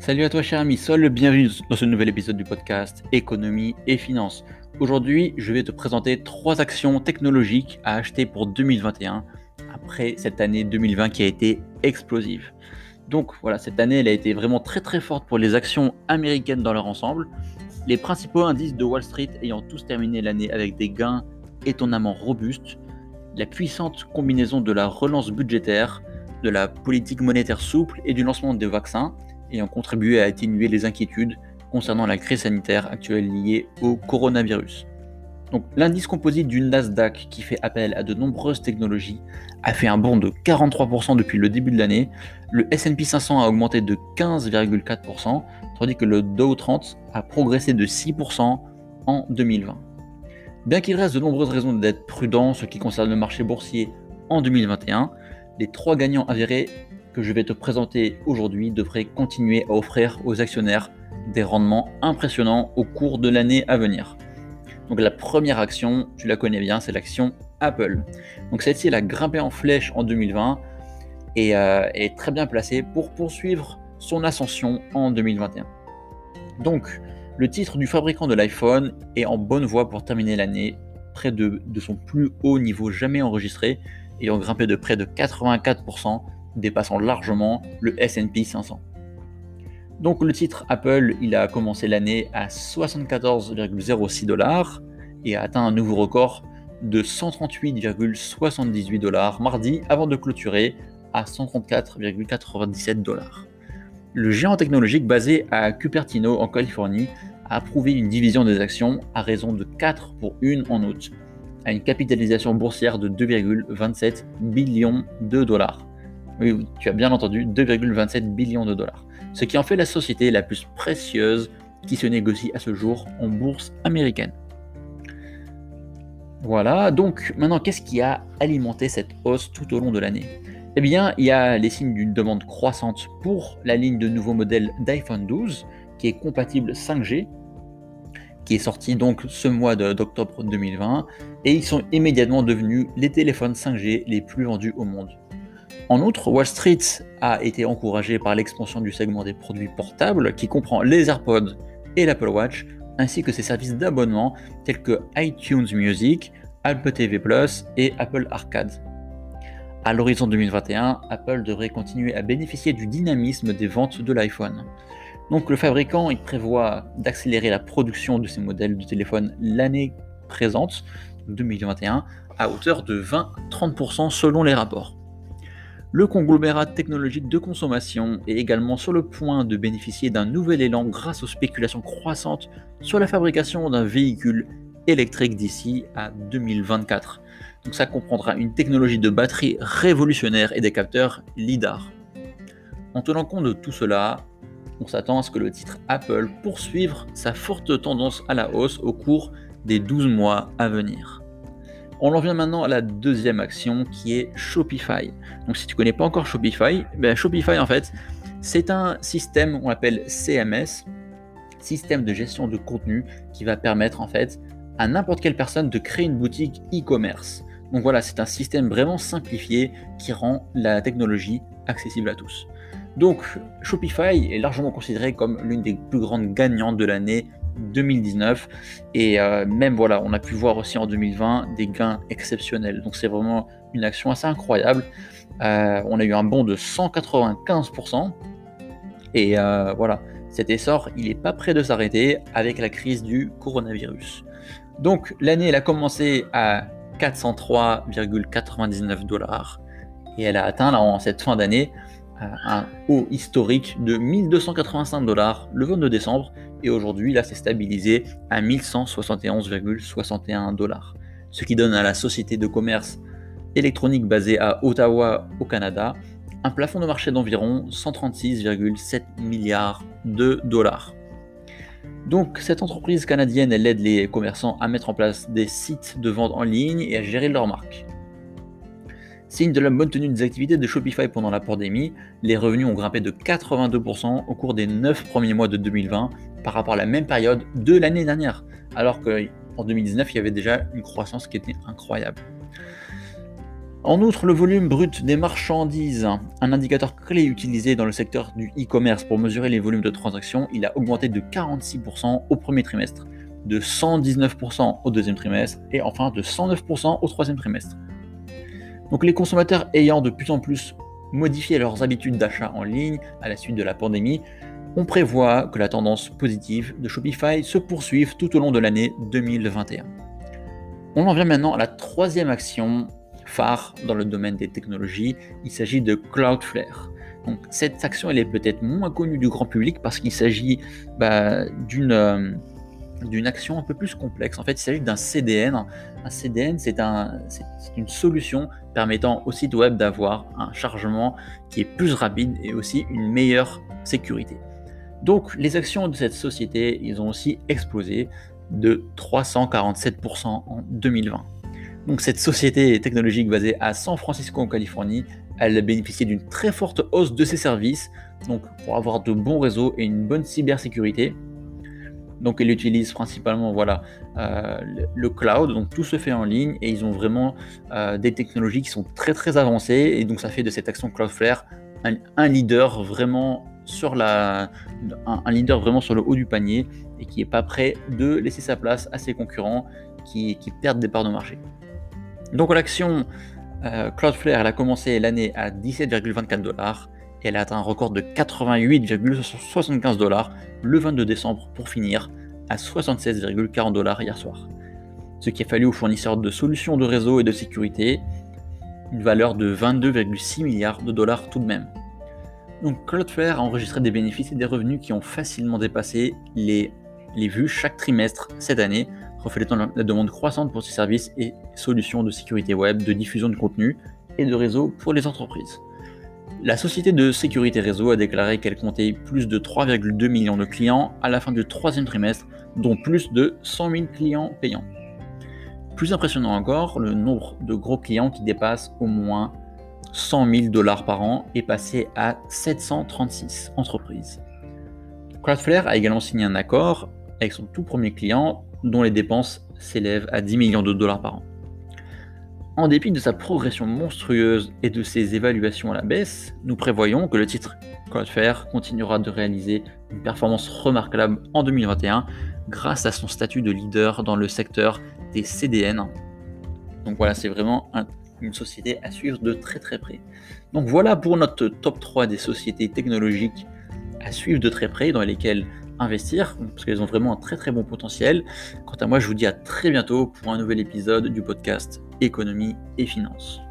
Salut à toi cher ami Sol, bienvenue dans ce nouvel épisode du podcast Économie et Finances. Aujourd'hui, je vais te présenter 3 actions technologiques à acheter pour 2021, après cette année 2020 qui a été explosive. Donc voilà, cette année elle a été vraiment très forte pour les actions américaines dans leur ensemble, les principaux indices de Wall Street ayant tous terminé l'année avec des gains étonnamment robustes, la puissante combinaison de la relance budgétaire, de la politique monétaire souple et du lancement des vaccins ayant contribué à atténuer les inquiétudes concernant la crise sanitaire actuelle liée au coronavirus. Donc, l'indice composite du Nasdaq, qui fait appel à de nombreuses technologies, a fait un bond de 43% depuis le début de l'année, le S&P 500 a augmenté de 15,4%, tandis que le Dow 30 a progressé de 6% en 2020. Bien qu'il reste de nombreuses raisons d'être prudent en ce qui concerne le marché boursier en 2021, les 3 gagnants avérés que je vais te présenter aujourd'hui devraient continuer à offrir aux actionnaires des rendements impressionnants au cours de l'année à venir. Donc la première action, tu la connais bien, c'est l'action Apple. Donc celle-ci, elle a grimpé en flèche en 2020 et est très bien placée pour poursuivre son ascension en 2021. Donc le titre du fabricant de l'iPhone est en bonne voie pour terminer l'année près de son plus haut niveau jamais enregistré, ayant grimpé de près de 84%, dépassant largement le S&P 500. Donc le titre Apple, il a commencé l'année à 74,06$ et a atteint un nouveau record de 138,78$ mardi avant de clôturer à 134,97$. Le géant technologique basé à Cupertino en Californie a approuvé une division des actions à raison de 4 pour 1 en août, à une capitalisation boursière de 2,27 billions de dollars. Oui, tu as bien entendu, 2,27 billions de dollars. Ce qui en fait la société la plus précieuse qui se négocie à ce jour en bourse américaine. Voilà, donc maintenant, qu'est-ce qui a alimenté cette hausse tout au long de l'année ? Eh bien, il y a les signes d'une demande croissante pour la ligne de nouveaux modèles d'iPhone 12, qui est compatible 5G, qui est sorti donc ce mois d'octobre 2020, et ils sont immédiatement devenus les téléphones 5G les plus vendus au monde. En outre, Wall Street a été encouragé par l'expansion du segment des produits portables qui comprend les AirPods et l'Apple Watch, ainsi que ses services d'abonnement tels que iTunes Music, Apple TV+, et Apple Arcade. À l'horizon 2021, Apple devrait continuer à bénéficier du dynamisme des ventes de l'iPhone. Donc le fabricant il prévoit d'accélérer la production de ces modèles de téléphone l'année présente, 2021, à hauteur de 20-30% selon les rapports. Le conglomérat technologique de consommation est également sur le point de bénéficier d'un nouvel élan grâce aux spéculations croissantes sur la fabrication d'un véhicule électrique d'ici à 2024. Donc ça comprendra une technologie de batterie révolutionnaire et des capteurs LiDAR. En tenant compte de tout cela, on s'attend à ce que le titre Apple poursuive sa forte tendance à la hausse au cours des 12 mois à venir. On en vient maintenant à la deuxième action qui est Shopify. Donc si tu ne connais pas encore Shopify, Shopify en fait c'est un système qu'on appelle CMS, système de gestion de contenu, qui va permettre en fait à n'importe quelle personne de créer une boutique e-commerce. Donc voilà, c'est un système vraiment simplifié qui rend la technologie accessible à tous. Donc Shopify est largement considéré comme l'une des plus grandes gagnantes de l'année 2019 et même voilà, on a pu voir aussi en 2020 des gains exceptionnels. Donc c'est vraiment une action assez incroyable. On a eu un bond de 195% et voilà, cet essor il n'est pas prêt de s'arrêter avec la crise du coronavirus. Donc l'année elle a commencé à 403,99$ et elle a atteint là, en cette fin d'année un haut historique de 1285$ le 22 décembre et aujourd'hui là c'est stabilisé à 1171,61$, ce qui donne à la société de commerce électronique basée à Ottawa au Canada un plafond de marché d'environ 136,7 milliards de dollars. Donc cette entreprise canadienne elle aide les commerçants à mettre en place des sites de vente en ligne et à gérer leur marque. Signe de la bonne tenue des activités de Shopify pendant la pandémie, les revenus ont grimpé de 82% au cours des 9 premiers mois de 2020 par rapport à la même période de l'année dernière, alors qu'en 2019 il y avait déjà une croissance qui était incroyable. En outre, le volume brut des marchandises, un indicateur clé utilisé dans le secteur du e-commerce pour mesurer les volumes de transactions, il a augmenté de 46% au premier trimestre, de 119% au deuxième trimestre et enfin de 109% au troisième trimestre. Donc les consommateurs ayant de plus en plus modifié leurs habitudes d'achat en ligne à la suite de la pandémie, on prévoit que la tendance positive de Shopify se poursuive tout au long de l'année 2021. On en vient maintenant à la troisième action phare dans le domaine des technologies, il s'agit de Cloudflare. Donc, cette action elle est peut-être moins connue du grand public parce qu'il s'agit d'une action un peu plus complexe. En fait, il s'agit d'un CDN. Un CDN, c'est une solution permettant au site web d'avoir un chargement qui est plus rapide et aussi une meilleure sécurité. Donc, les actions de cette société, ils ont aussi explosé de 347% en 2020. Donc cette société technologique basée à San Francisco en Californie, elle a bénéficié d'une très forte hausse de ses services, donc pour avoir de bons réseaux et une bonne cybersécurité. Donc elle utilise principalement le cloud, donc tout se fait en ligne et ils ont vraiment des technologies qui sont très très avancées et donc ça fait de cette action Cloudflare un leader vraiment sur un leader vraiment sur le haut du panier et qui n'est pas prêt de laisser sa place à ses concurrents qui perdent des parts de marché. Donc l'action Cloudflare, elle a commencé l'année à 17,24$ et elle a atteint un record de 88,75$ le 22 décembre pour finir à 76,40$ hier soir. Ce qui a fallu aux fournisseurs de solutions de réseau et de sécurité une valeur de 22,6 milliards de dollars tout de même. Donc Cloudflare a enregistré des bénéfices et des revenus qui ont facilement dépassé les vues chaque trimestre cette année, reflétant la demande croissante pour ses services et solutions de sécurité web, de diffusion de contenu et de réseau pour les entreprises. La société de sécurité réseau a déclaré qu'elle comptait plus de 3,2 millions de clients à la fin du troisième trimestre, dont plus de 100 000 clients payants. Plus impressionnant encore, le nombre de gros clients qui dépassent au moins $100,000 par an est passé à 736 entreprises. Cloudflare a également signé un accord avec son tout premier client dont les dépenses s'élèvent à 10 millions de dollars par an. En dépit de sa progression monstrueuse et de ses évaluations à la baisse, nous prévoyons que le titre Cloudflare continuera de réaliser une performance remarquable en 2021 grâce à son statut de leader dans le secteur des CDN. Donc voilà, c'est vraiment une société à suivre de très très près. Donc voilà pour notre top 3 des sociétés technologiques à suivre de très près, dans lesquelles investir, parce qu'elles ont vraiment un très très bon potentiel. Quant à moi, je vous dis à très bientôt pour un nouvel épisode du podcast Économie et Finances.